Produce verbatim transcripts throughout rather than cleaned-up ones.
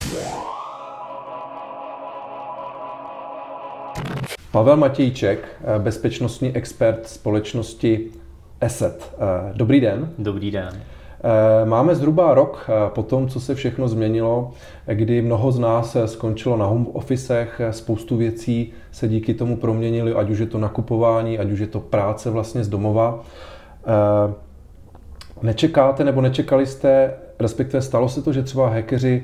Pavel Matějček, bezpečnostní expert společnosti Asset. Dobrý den. Dobrý den. Máme zhruba rok po tom, co se všechno změnilo, kdy mnoho z nás skončilo na home officech, spoustu věcí se díky tomu proměnily, ať už je to nakupování, ať už je to práce vlastně z domova. Nečekáte nebo nečekali jste, respektive stalo se to, že třeba hackeři,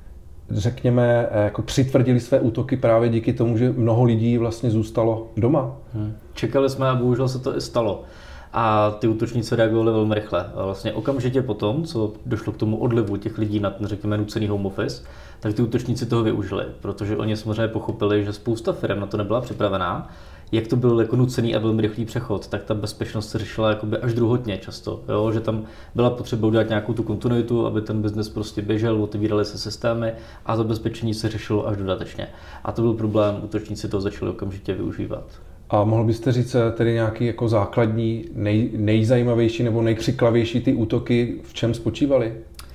řekněme, jako přitvrdili své útoky právě díky tomu, že mnoho lidí vlastně zůstalo doma? Hmm. Čekali jsme a bohužel se to i stalo. A ty útočníci reagovali velmi rychle. Vlastně okamžitě potom, co došlo k tomu odlivu těch lidí na ten, řekněme, nucený home office, tak ty útočníci toho využili, protože oni samozřejmě pochopili, že spousta firm na to nebyla připravená. Jak to byl jako nucený a velmi rychlý přechod, tak ta bezpečnost se řešila jakoby až druhotně často, jo? Že tam byla potřeba udělat nějakou tu kontinuitu, aby ten biznes prostě běžel, otevíraly se systémy a zabezpečení se řešilo až dodatečně. A to byl problém, útočníci to začali okamžitě využívat. A mohl byste říct tedy nějaký jako základní, nej, nejzajímavější nebo nejkřiklavější ty útoky, v čem spočívaly?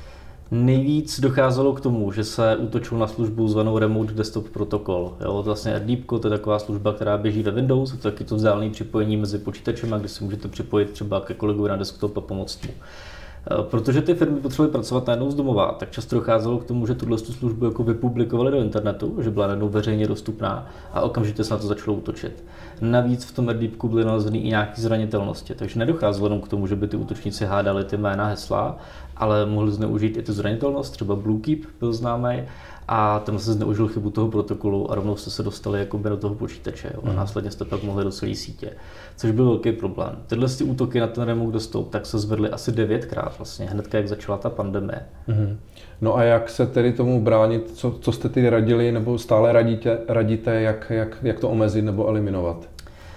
Nejvíc docházelo k tomu, že se útočilo na službu zvanou Remote Desktop Protocol. Jo, vlastně RDPko, to je taková služba, která běží ve Windows, je to taky to vzdálené připojení mezi počítačem, kde si můžete připojit třeba ke kolegovi na desktop a pomoct mu. Protože ty firmy potřebovaly pracovat najednou z domova, tak často docházelo k tomu, že tuhle službu jako vypublikovali do internetu, že byla najednou veřejně dostupná a okamžitě se na to začalo útočit. Navíc v tom RDPku byly nalezeny i nějaké zranitelnosti, takže nedocházelo jenom k tomu, že by ty útočníci hádali ty jména, hesla, ale mohli zneužít i tu zranitelnost, třeba Bluekeep byl známý, a tam se zneužil chybu toho protokolu a rovnou jste se dostali jakoby do toho počítače, jo, a následně jste pak mohli do celé sítě, což byl velký problém. Tyhle ty útoky na ten remote desktop tak se zvedly asi devětkrát vlastně, hnedka jak začala ta pandemie. Mm-hmm. No a jak se tedy tomu bránit, co, co jste tedy radili nebo stále radíte, radíte jak, jak, jak to omezit nebo eliminovat?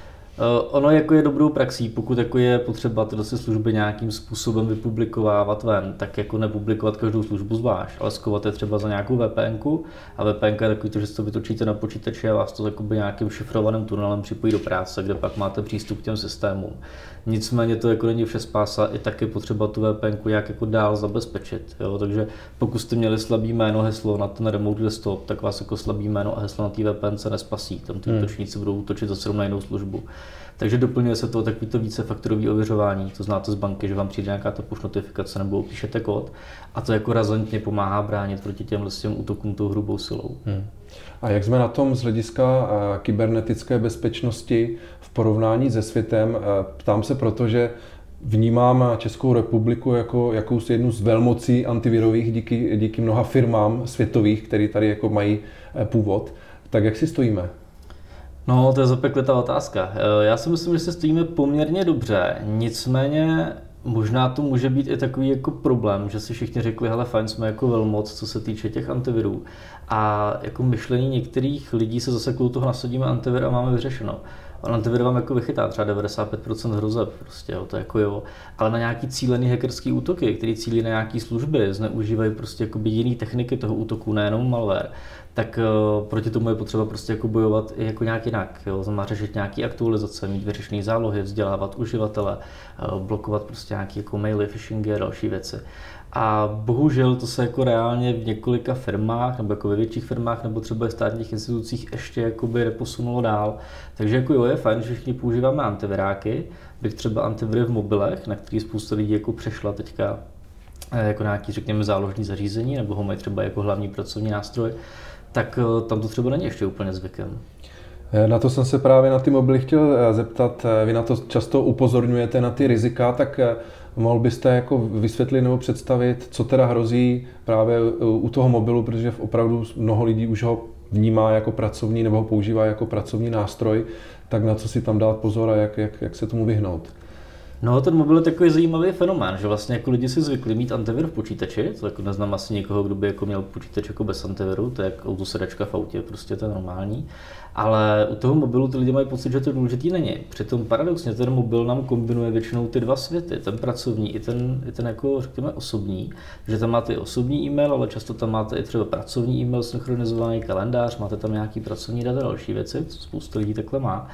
Ono jako je dobrou praxí, pokud jako je potřeba tyhle služby nějakým způsobem vypublikovávat ven, tak jako nepublikovat každou službu zvlášť, ale skovat je třeba za nějakou V P N ku a V P N je takový to, že si to vytočíte na počítači a vás to nějakým šifrovaným tunelem připojí do práce, kde pak máte přístup k těm systémům. Nicméně to jako není vše spása, i tak je potřeba tu V P N ku nějak jako dál zabezpečit. Jo? Takže pokud jste měli slabý jméno, heslo na ten remote desktop, tak vás jako slabý jméno a heslo na té V P N se nespasí. Tam ty hmm. útočníci budou útočit zase na jinou službu. Takže doplňuje se to takovýto vícefaktorové ověřování, to znáte z banky, že vám přijde nějaká ta push notifikace nebo píšete kód a to jako razantně pomáhá bránit proti těm těm útokům tou hrubou silou. Hmm. A jak jsme na tom z hlediska kybernetické bezpečnosti v porovnání se světem? Ptám se proto, že vnímám Českou republiku jako jakousi jednu z velmocí antivirových díky, díky mnoha firmám světových, které tady jako mají původ. Tak jak si stojíme? No, to je zapeklitá otázka. Já si myslím, že se stojíme poměrně dobře, nicméně možná to může být i takový jako problém, že si všichni řekli, hele fajn, jsme jako velmoc, co se týče těch antivirů. A jako myšlení některých lidí se zase kvůli toho nasadíme antivir a máme vyřešeno. On antivir vám jako vychytá třeba devadesát pět procent hrozeb, prostě, jo, to jako jo. Ale na nějaký cílený hackerský útoky, který cílí na nějaký služby, zneužívají prostě jakoby jiný techniky toho útoku, nejenom malware, tak uh, proti tomu je potřeba prostě jako bojovat i jako nějak jinak. Jo. Znamená řešit nějaký aktualizace, mít vyřešené zálohy, vzdělávat uživatele, uh, blokovat prostě nějaké jako maily, phishingy a další věci. A bohužel to se jako reálně v několika firmách, nebo jako ve větších firmách, nebo třeba i státních institucích ještě jakoby neposunulo dál. Takže jako jo, je fajn, že všichni používáme antiviráky, byť třeba antiviry v mobilech, na který spousta lidí jako přešla teďka jako nějaký, řekněme, záložní zařízení, nebo ho mají třeba jako hlavní pracovní nástroj, tak tam to třeba není ještě úplně zvykem. Na to jsem se právě na ty mobily chtěl zeptat. Vy na to často upozorňujete na ty rizika, tak mohl byste jako vysvětlit nebo představit, co teda hrozí právě u toho mobilu, protože opravdu mnoho lidí už ho vnímá jako pracovní nebo ho používá jako pracovní nástroj, tak na co si tam dát pozor a jak, jak, jak se tomu vyhnout? No, ten mobil je takový zajímavý fenomén, že vlastně jako lidi si zvykli mít antivir v počítači, to jako neznám asi někoho, kdo by jako měl počítač jako bez antiviru, to je jak autosedačka v autě, prostě to je normální. Ale u toho mobilu ty lidi mají pocit, že to důležitý není. Přitom paradoxně ten mobil nám kombinuje většinou ty dva světy, ten pracovní i ten, i ten jako řekněme osobní, že tam máte i osobní e-mail, ale často tam máte i třeba pracovní e-mail, synchronizovaný kalendář, máte tam nějaký pracovní data, další věci, co spousta lidí takhle má.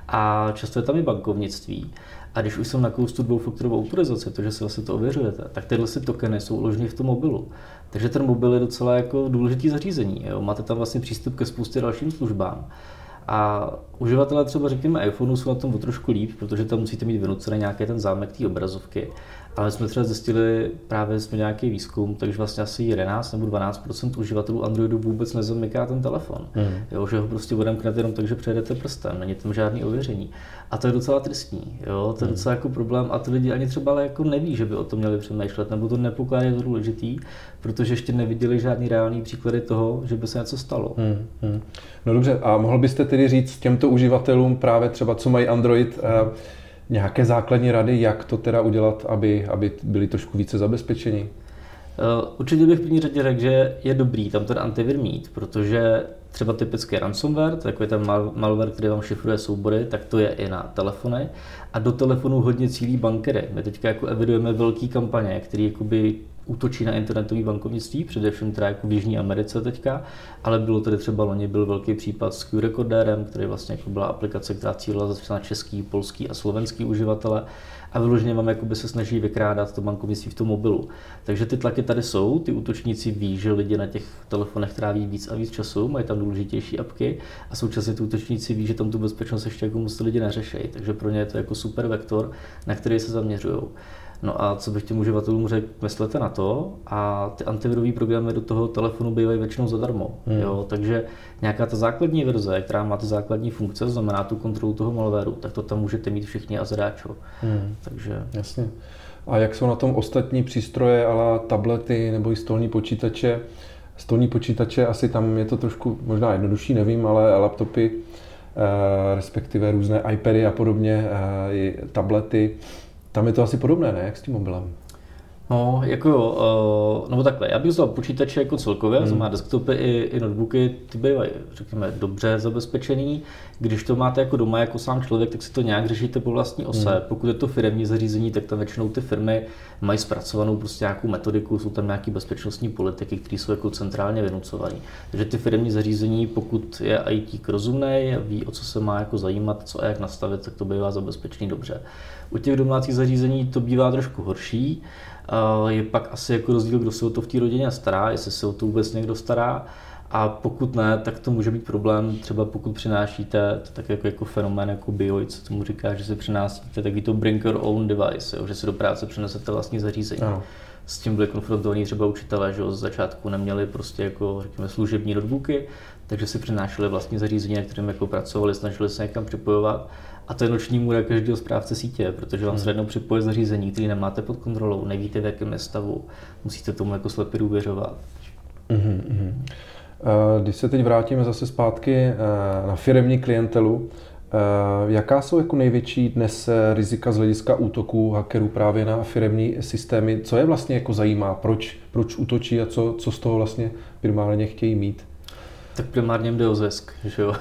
A často je tam i bankovnictví. A když už jsem nakousl tu dvoufaktorovou autorizaci, to, že si vlastně to ověřujete, tak tyhle si tokeny jsou uloženy v tom mobilu. Takže ten mobil je docela jako důležitý zařízení. Jo? Máte tam vlastně přístup ke spoustě dalším službám. A uživatelé třeba řekněme iPhoneu jsou na tom o trošku líp, protože tam musíte mít vynucený nějaký ten zámek té obrazovky. Ale jsme třeba zjistili, právě jsme nějaký výzkum, takže vlastně asi jedenáct nebo dvanáct procent uživatelů Androidu vůbec nezamyká ten telefon. Mm. Jo, že ho prostě odemknete jenom tak, že přejedete prstem, není tam žádný ověření. A to je docela tristní, jo, to je mm. docela jako problém a ty lidi ani třeba ale jako neví, že by o tom měli přemýšlet, nebo to nepokládají za důležitý, protože ještě neviděli žádný reálný příklady toho, že by se něco stalo. Mm. Mm. No dobře, a mohl byste tedy říct těmto uživatelům právě třeba, co mají Android, mm. nějaké základní rady, jak to teda udělat, aby, aby byli trošku více zabezpečení? Určitě bych v první řadě řekl, že je dobrý tam ten antivir mít, protože třeba typický ransomware, takový ten malware, který vám šifruje soubory, tak to je i na telefony. A do telefonů hodně cílí bankery. My teďka jako evidujeme velké kampaně, které jakoby útočí na internetové bankovnictví, především teda jako v Jižní Americe teďka, ale bylo tady třeba loni byl velký případ s Q Recorderem, který vlastně jako byla aplikace, která cílila na český, polský a slovenský uživatele a vyloženě vám jakoby se snaží vykrádat to bankovnictví v tom mobilu. Takže ty tlaky tady jsou, ty útočníci ví, že lidi na těch telefonech tráví víc a víc času, mají tam důležitější apky a současně ty útočníci ví, že tam tu bezpečnost ještě jako moc lidi neřešejí, takže pro ně je to jako super vektor, na který se zaměřují. No a co bych těm uživatelům řekl, myslete na to a ty antivirové programy do toho telefonu bývají většinou zadarmo. Hmm. Jo, takže nějaká ta základní verze, která má ty základní funkce, znamená tu kontrolu toho malwareu, tak to tam můžete mít všichni a zadáčo. Hmm. Takže... Jasně. A jak jsou na tom ostatní přístroje, ale tablety nebo i stolní počítače? Stolní počítače, asi tam je to trošku možná jednodušší, nevím, ale laptopy, eh, respektive různé iPady a podobně, eh, tablety, tam je to asi podobné, ne? Jak s tím mobilem? No, jako jo, uh, nebo takhle, já bych vzal počítače jako celkově, hmm. znamená desktopy i, i notebooky, ty bývají, řekněme, dobře zabezpečený. Když to máte jako doma, jako sám člověk, tak si to nějak řešíte po vlastní ose. Hmm. Pokud je to firemní zařízení, tak tam většinou ty firmy mají zpracovanou prostě nějakou metodiku, jsou tam nějaké bezpečnostní politiky, které jsou jako centrálně vynucované. Takže ty firemní zařízení, pokud je í té rozumný, ví, o co se má jako zajímat, co a jak nastavit, tak to bývá zabezpečený dobře. U těch domácích zařízení to bývá trošku horší. Je pak asi jako rozdíl, kdo se o to v té rodině stará, jestli se o to vůbec někdo stará. A pokud ne, tak to může být problém, třeba pokud přinášíte, to tak jako, jako fenomén jako Bioid, co tomu říká, že si přinášíte taky to bring your own device, jo, že si do práce přinesete vlastní zařízení. No. S tím byli konfrontovaní třeba učitelé, že z začátku neměli prostě jako řekněme služební notebooky, takže si přinášeli vlastní zařízení, na kterém jako pracovali, snažili se někam připojovat. A to je noční můra každého správce sítě, protože vám se jednou připoje zařízení, který nemáte pod kontrolou, nevíte v jakém je stavu, musíte tomu jako slepě důvěřovat. Mm-hmm. Když se teď vrátíme zase zpátky na firemní klientelu, jaká jsou jako největší dnes rizika z hlediska útoků hackerů právě na firemní systémy? Co je vlastně jako zajímá? Proč, proč útočí a co, co z toho vlastně primárně chtějí mít? Tak primárně jde o zisk, že jo.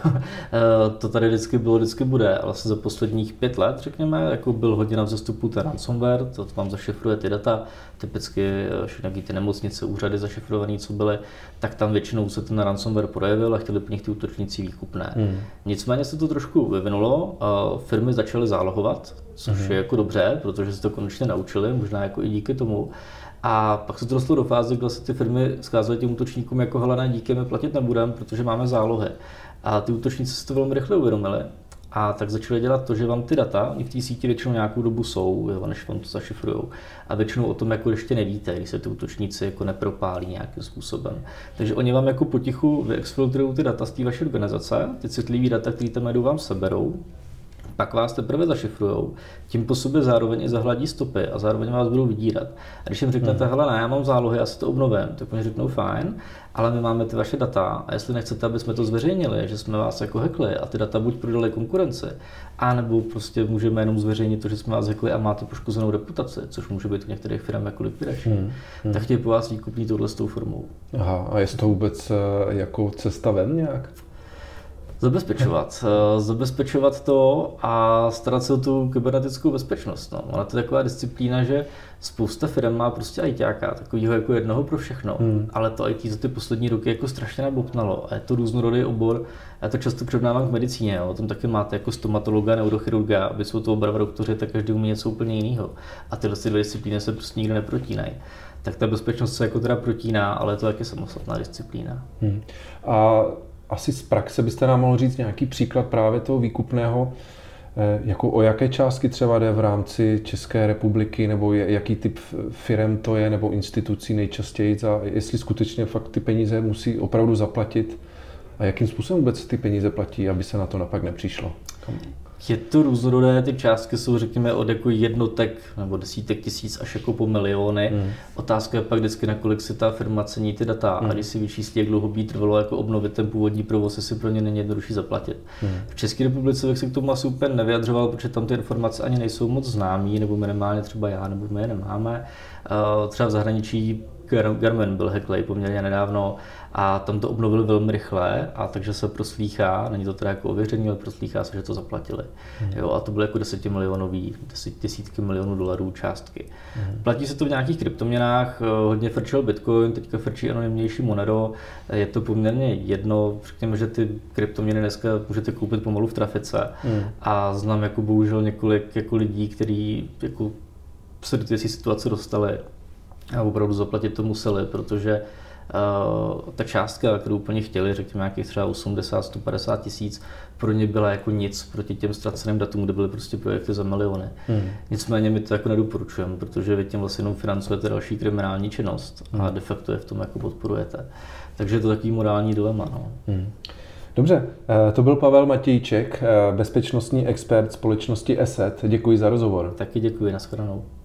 To tady vždycky bylo, vždycky bude. Vlastně za posledních pět let, řekněme, jako byl hodně na vzestupu ten ransomware, to vám zašifruje ty data, typicky všechny ty nemocnice, úřady zašifrované, co byly, tak tam většinou se ten ransomware projevil a chtěli po nich ty útočníci výkupné. Hmm. Nicméně se to trošku vyvinulo, a firmy začaly zálohovat, což hmm. je jako dobře, protože se to konečně naučili, možná jako i díky tomu. A pak se to dostalo do fáze, kdy se ty firmy zkázaly těm útočníkům jako hele, ne, díky, my platit nebudeme, protože máme zálohy. A ty útočníci se to velmi rychle uvědomili. A tak začali dělat to, že vám ty data v té síti většinou nějakou dobu jsou, jo, než vám to zašifrujou. A většinou o tom jako ještě nevíte, když se ty útočníci jako nepropálí nějakým způsobem. Takže oni vám jako potichu vyexfiltrují ty data z té vaší organizace, ty citlivé data, které tam jdou, vám seberou, pak vás teprve zašifrujou, tím po sobě zároveň i zahladí stopy a zároveň vás budou vydírat. A když jim řeknete, hele ne, já mám zálohy, já si to obnovím, tak oni řeknou fajn, ale my máme ty vaše data a jestli nechcete, aby jsme to zveřejnili, že jsme vás jako hackli a ty data buď prodali konkurenci, anebo prostě můžeme jenom zveřejnit to, že jsme vás hackli a máte poškozenou reputaci, což může být u některých firm jako likvidační, hmm, hmm. tak chtějí po vás výkupní touhle s tou formou. Aha, a je to vůbec jako cesta ven nějak? Zabezpečovat. Zabezpečovat to a starat se o tu kybernetickou bezpečnost. No. Ona to je taková disciplína, že spousta firm má prostě ajťáka, takovýho jako jednoho pro všechno, hmm. ale to í té za ty poslední roky jako strašně nabopnalo a je to různorodý obor. Já to často přirovnávám k medicíně, jo. O tom taky máte jako stomatologa, neurochirurga, aby jsou to oba dva doktoři, tak každý umí něco úplně jiného. A tyhle dvě disciplíny se prostě nikdo neprotínají. Tak ta bezpečnost se jako teda protíná, ale je to taky samostatná disciplína. Hmm. A asi z praxe byste nám mohl říct nějaký příklad právě toho výkupného, jako o jaké částky třeba jde v rámci České republiky, nebo jaký typ firem to je, nebo institucí nejčastěji, a jestli skutečně fakt ty peníze musí opravdu zaplatit a jakým způsobem vůbec ty peníze platí, aby se na to napak nepřišlo. Je to různorodé, ty částky jsou řekněme od jako jednotek nebo desítek tisíc až jako po miliony. Hmm. Otázka je pak vždycky, nakolik si ta firma cení ty data hmm. a když si vyčíslí, jak dlouho by trvalo jako obnovit ten původní provoz, jestli pro ně není jednodušší zaplatit. Hmm. V České republice bych se k tomu asi úplně nevyjadřoval, protože tam ty informace ani nejsou moc známý, nebo minimálně třeba já, nebo my je nemáme. Třeba v zahraničí Garmin byl hacklej poměrně nedávno a tam to obnovili velmi rychle, a takže se proslýchá, není to teda jako ověření, ale proslýchá se, že to zaplatili. Hmm. Jo, a to byly jako desetimilionový, deset, desítky milionů dolarů částky. Hmm. Platí se to v nějakých kryptoměnách, hodně frčil Bitcoin, teďka frčí anonymnější Monero, je to poměrně jedno, řekněme, že ty kryptoměny dneska můžete koupit pomalu v trafice hmm. a znám jako bohužel několik jako lidí, kteří jako se do té situace dostali a opravdu zaplatit to museli, protože uh, ta částka, kterou úplně chtěli, řekněme nějakých třeba osmdesát až sto padesát tisíc, pro ně byla jako nic proti těm ztraceným datům, kde byly prostě projekty za miliony. Hmm. Nicméně my to jako nedoporučujeme, protože vy tím vlastně jenom financujete další kriminální činnost hmm. a de facto je v tom jako podporujete. Takže je to takový morální dilema. No. Hmm. Dobře, to byl Pavel Matějček, bezpečnostní expert společnosti ESET. Děkuji za rozhovor. Taky děkuji, nashledanou.